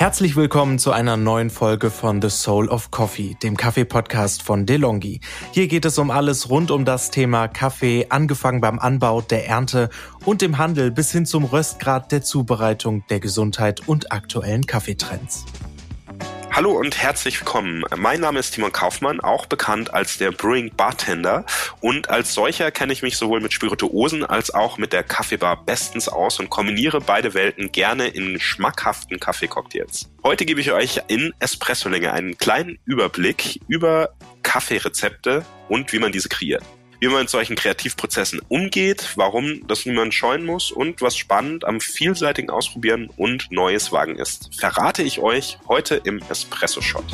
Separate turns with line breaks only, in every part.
Herzlich willkommen zu einer neuen Folge von The Soul of Coffee, dem Kaffee-Podcast von DeLonghi. Hier geht es um alles rund um das Thema Kaffee, angefangen beim Anbau, der Ernte und dem Handel bis hin zum Röstgrad, der Zubereitung, der Gesundheit und aktuellen Kaffeetrends.
Hallo und herzlich willkommen. Mein Name ist Timon Kaufmann, auch bekannt als der Brewing Bartender, und als solcher kenne ich mich sowohl mit Spirituosen als auch mit der Kaffeebar bestens aus und kombiniere beide Welten gerne in schmackhaften Kaffeecocktails. Heute gebe ich euch in Espresso-Länge einen kleinen Überblick über Kaffeerezepte und wie man diese kreiert. Wie man mit solchen Kreativprozessen umgeht, warum das niemand scheuen muss und was spannend am vielseitigen Ausprobieren und Neues wagen ist, verrate ich euch heute im Espresso-Shot.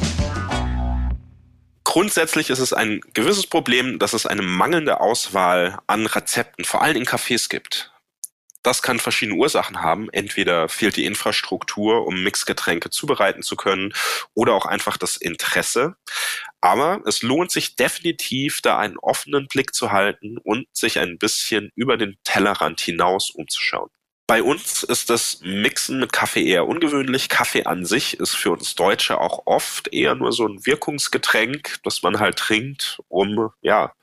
Grundsätzlich ist es ein gewisses Problem, dass es eine mangelnde Auswahl an Rezepten, vor allem in Cafés, gibt. Das kann verschiedene Ursachen haben. Entweder fehlt die Infrastruktur, um Mixgetränke zubereiten zu können, oder auch einfach das Interesse. Aber es lohnt sich definitiv, da einen offenen Blick zu halten und sich ein bisschen über den Tellerrand hinaus umzuschauen. Bei uns ist das Mixen mit Kaffee eher ungewöhnlich. Kaffee an sich ist für uns Deutsche auch oft eher nur so ein Wirkungsgetränk, das man halt trinkt, um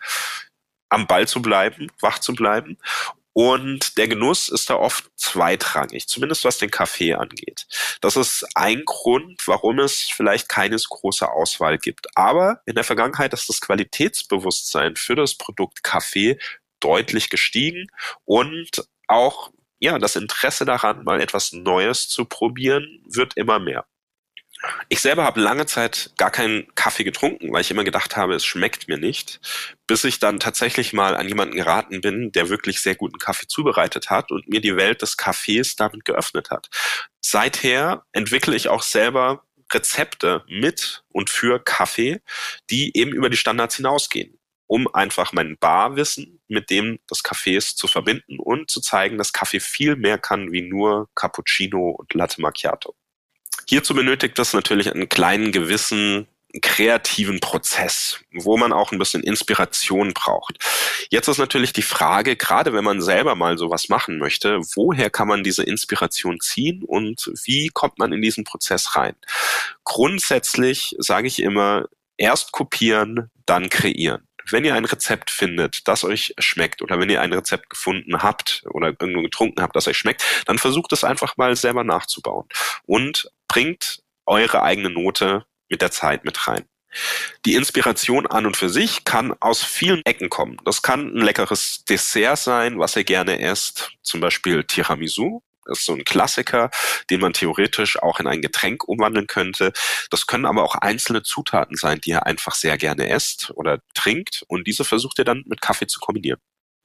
am Ball zu bleiben, wach zu bleiben. Und der Genuss ist da oft zweitrangig, zumindest was den Kaffee angeht. Das ist ein Grund, warum es vielleicht keine große Auswahl gibt. Aber in der Vergangenheit ist das Qualitätsbewusstsein für das Produkt Kaffee deutlich gestiegen und auch das Interesse daran, mal etwas Neues zu probieren, wird immer mehr. Ich selber habe lange Zeit gar keinen Kaffee getrunken, weil ich immer gedacht habe, es schmeckt mir nicht, bis ich dann tatsächlich mal an jemanden geraten bin, der wirklich sehr guten Kaffee zubereitet hat und mir die Welt des Kaffees damit geöffnet hat. Seither entwickle ich auch selber Rezepte mit und für Kaffee, die eben über die Standards hinausgehen, um einfach mein Barwissen mit dem des Kaffees zu verbinden und zu zeigen, dass Kaffee viel mehr kann wie nur Cappuccino und Latte Macchiato. Hierzu benötigt es natürlich einen kleinen gewissen kreativen Prozess, wo man auch ein bisschen Inspiration braucht. Jetzt ist natürlich die Frage, gerade wenn man selber mal sowas machen möchte, woher kann man diese Inspiration ziehen und wie kommt man in diesen Prozess rein? Grundsätzlich sage ich immer, erst kopieren, dann kreieren. Wenn ihr ein Rezept findet, das euch schmeckt, oder wenn ihr ein Rezept gefunden habt oder irgendwo getrunken habt, das euch schmeckt, dann versucht es einfach mal selber nachzubauen und bringt eure eigene Note mit der Zeit mit rein. Die Inspiration an und für sich kann aus vielen Ecken kommen. Das kann ein leckeres Dessert sein, was ihr gerne esst, zum Beispiel Tiramisu. Das ist so ein Klassiker, den man theoretisch auch in ein Getränk umwandeln könnte. Das können aber auch einzelne Zutaten sein, die ihr einfach sehr gerne esst oder trinkt, und diese versucht ihr dann mit Kaffee zu kombinieren.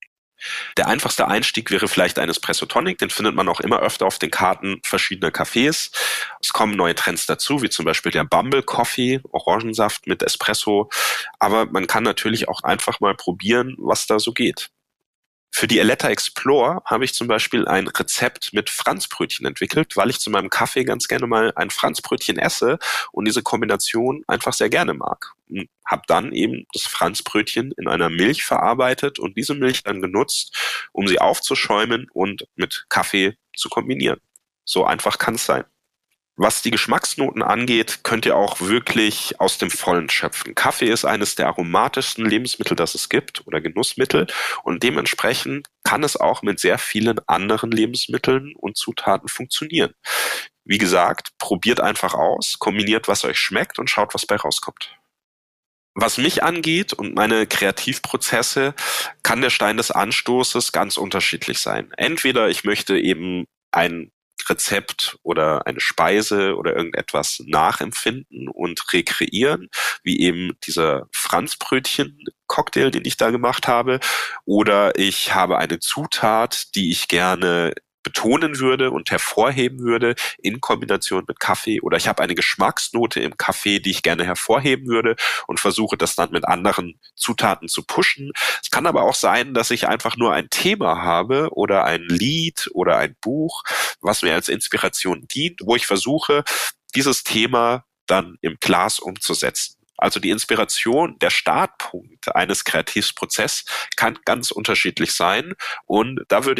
Der einfachste Einstieg wäre vielleicht ein Espresso Tonic, den findet man auch immer öfter auf den Karten verschiedener Cafés. Es kommen neue Trends dazu, wie zum Beispiel der Bumble Coffee, Orangensaft mit Espresso, aber man kann natürlich auch einfach mal probieren, was da so geht. Für die Eletta Explore habe ich zum Beispiel ein Rezept mit Franzbrötchen entwickelt, weil ich zu meinem Kaffee ganz gerne mal ein Franzbrötchen esse und diese Kombination einfach sehr gerne mag. Habe dann eben das Franzbrötchen in einer Milch verarbeitet und diese Milch dann genutzt, um sie aufzuschäumen und mit Kaffee zu kombinieren. So einfach kann es sein. Was die Geschmacksnoten angeht, könnt ihr auch wirklich aus dem Vollen schöpfen. Kaffee ist eines der aromatischsten Lebensmittel, das es gibt, oder Genussmittel, und dementsprechend kann es auch mit sehr vielen anderen Lebensmitteln und Zutaten funktionieren. Wie gesagt, probiert einfach aus, kombiniert, was euch schmeckt, und schaut, was bei rauskommt. Was mich angeht und meine Kreativprozesse, kann der Stein des Anstoßes ganz unterschiedlich sein. Entweder ich möchte eben ein Rezept oder eine Speise oder irgendetwas nachempfinden und rekreieren, wie eben dieser Franzbrötchen-Cocktail, den ich da gemacht habe, oder ich habe eine Zutat, die ich gerne betonen würde und hervorheben würde in Kombination mit Kaffee, oder ich habe eine Geschmacksnote im Kaffee, die ich gerne hervorheben würde und versuche das dann mit anderen Zutaten zu pushen. Es kann aber auch sein, dass ich einfach nur ein Thema habe oder ein Lied oder ein Buch, was mir als Inspiration dient, wo ich versuche, dieses Thema dann im Glas umzusetzen. Also die Inspiration, der Startpunkt eines Kreativprozesses kann ganz unterschiedlich sein, und da würde ich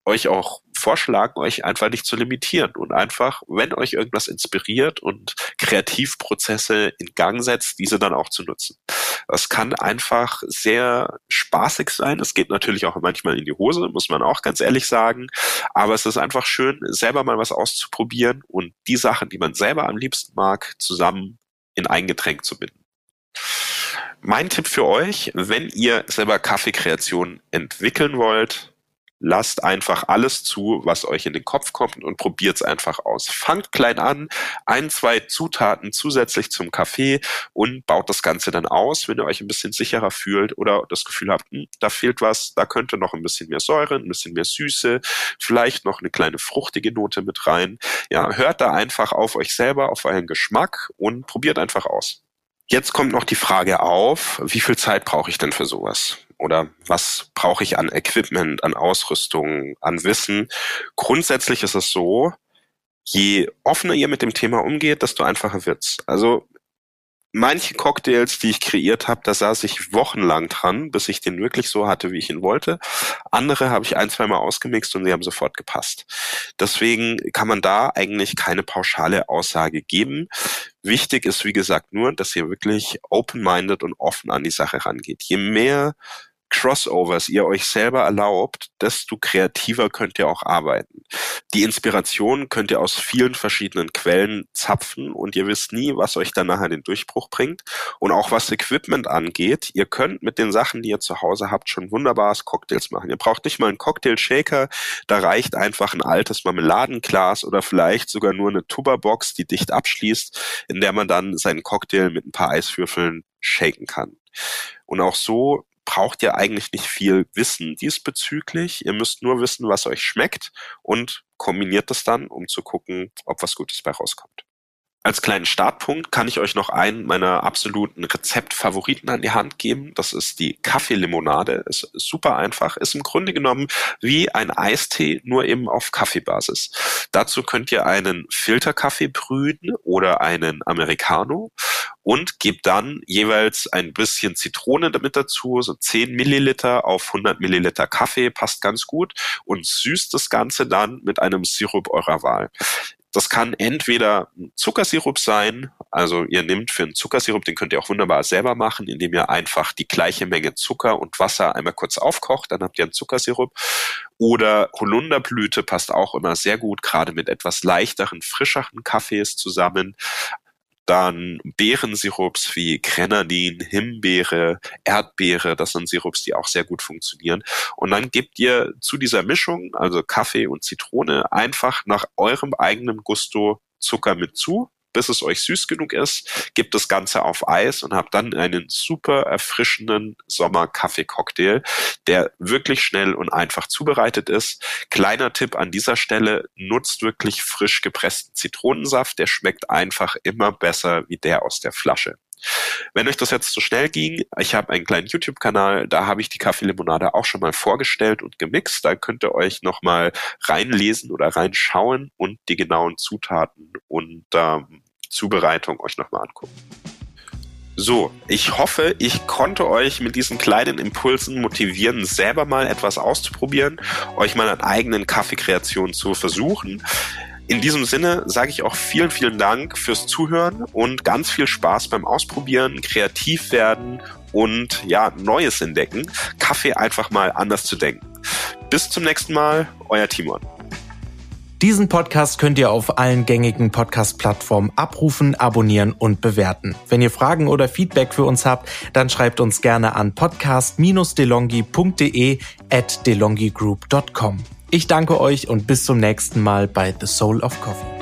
euch auch vorschlagen, euch einfach nicht zu limitieren und einfach, wenn euch irgendwas inspiriert und Kreativprozesse in Gang setzt, diese dann auch zu nutzen. Das kann einfach sehr spaßig sein. Es geht natürlich auch manchmal in die Hose, muss man auch ganz ehrlich sagen. Aber es ist einfach schön, selber mal was auszuprobieren und die Sachen, die man selber am liebsten mag, zusammen in ein Getränk zu binden. Mein Tipp für euch, wenn ihr selber Kaffeekreationen entwickeln wollt, lasst einfach alles zu, was euch in den Kopf kommt und probiert es einfach aus. Fangt klein an, 1, 2 Zutaten zusätzlich zum Kaffee und baut das Ganze dann aus, wenn ihr euch ein bisschen sicherer fühlt oder das Gefühl habt, da fehlt was, da könnte noch ein bisschen mehr Säure, ein bisschen mehr Süße, vielleicht noch eine kleine fruchtige Note mit rein. Ja, hört da einfach auf euch selber, auf euren Geschmack und probiert einfach aus. Jetzt kommt noch die Frage auf, wie viel Zeit brauche ich denn für sowas? Oder was brauche ich an Equipment, an Ausrüstung, an Wissen? Grundsätzlich ist es so, je offener ihr mit dem Thema umgeht, desto einfacher wird's. Also manche Cocktails, die ich kreiert habe, da saß ich wochenlang dran, bis ich den wirklich so hatte, wie ich ihn wollte. Andere habe ich 1, 2 Mal ausgemixt und sie haben sofort gepasst. Deswegen kann man da eigentlich keine pauschale Aussage geben. Wichtig ist, wie gesagt, nur, dass ihr wirklich open-minded und offen an die Sache rangeht. Je mehr Crossovers ihr euch selber erlaubt, desto kreativer könnt ihr auch arbeiten. Die Inspiration könnt ihr aus vielen verschiedenen Quellen zapfen und ihr wisst nie, was euch dann nachher den Durchbruch bringt. Und auch was Equipment angeht, ihr könnt mit den Sachen, die ihr zu Hause habt, schon wunderbares Cocktails machen. Ihr braucht nicht mal einen Cocktail-Shaker, da reicht einfach ein altes Marmeladenglas oder vielleicht sogar nur eine Tupperbox, die dicht abschließt, in der man dann seinen Cocktail mit ein paar Eiswürfeln shaken kann. Und auch so braucht ihr eigentlich nicht viel Wissen diesbezüglich. Ihr müsst nur wissen, was euch schmeckt und kombiniert das dann, um zu gucken, ob was Gutes bei rauskommt. Als kleinen Startpunkt kann ich euch noch einen meiner absoluten Rezeptfavoriten an die Hand geben. Das ist die Kaffeelimonade. Ist super einfach. Ist im Grunde genommen wie ein Eistee, nur eben auf Kaffeebasis. Dazu könnt ihr einen Filterkaffee brühen oder einen Americano und gebt dann jeweils ein bisschen Zitrone damit dazu, so 10 Milliliter auf 100 Milliliter Kaffee, passt ganz gut und süßt das Ganze dann mit einem Sirup eurer Wahl. Das kann entweder ein Zuckersirup sein, also ihr nehmt für einen Zuckersirup, den könnt ihr auch wunderbar selber machen, indem ihr einfach die gleiche Menge Zucker und Wasser einmal kurz aufkocht, dann habt ihr einen Zuckersirup. Oder Holunderblüte passt auch immer sehr gut, gerade mit etwas leichteren, frischeren Kaffees zusammen. Dann Beerensirups wie Grenadin, Himbeere, Erdbeere, das sind Sirups, die auch sehr gut funktionieren. Und dann gebt ihr zu dieser Mischung, also Kaffee und Zitrone, einfach nach eurem eigenen Gusto Zucker mit zu, bis es euch süß genug ist, gebt das Ganze auf Eis und habt dann einen super erfrischenden Sommer-Kaffee-Cocktail, der wirklich schnell und einfach zubereitet ist. Kleiner Tipp an dieser Stelle, nutzt wirklich frisch gepressten Zitronensaft, der schmeckt einfach immer besser wie der aus der Flasche. Wenn euch das jetzt zu schnell ging, ich habe einen kleinen YouTube-Kanal, da habe ich die Kaffeelimonade auch schon mal vorgestellt und gemixt. Da könnt ihr euch nochmal reinlesen oder reinschauen und die genauen Zutaten und Zubereitung euch nochmal angucken. So, ich hoffe, ich konnte euch mit diesen kleinen Impulsen motivieren, selber mal etwas auszuprobieren, euch mal an eigenen Kaffeekreationen zu versuchen. In diesem Sinne sage ich auch vielen, vielen Dank fürs Zuhören und ganz viel Spaß beim Ausprobieren, kreativ werden und ja, Neues entdecken. Kaffee einfach mal anders zu denken. Bis zum nächsten Mal, euer Timon.
Diesen Podcast könnt ihr auf allen gängigen Podcast-Plattformen abrufen, abonnieren und bewerten. Wenn ihr Fragen oder Feedback für uns habt, dann schreibt uns gerne an podcast-delonghi.de@delongigroup.com. Ich danke euch und bis zum nächsten Mal bei The Soul of Coffee.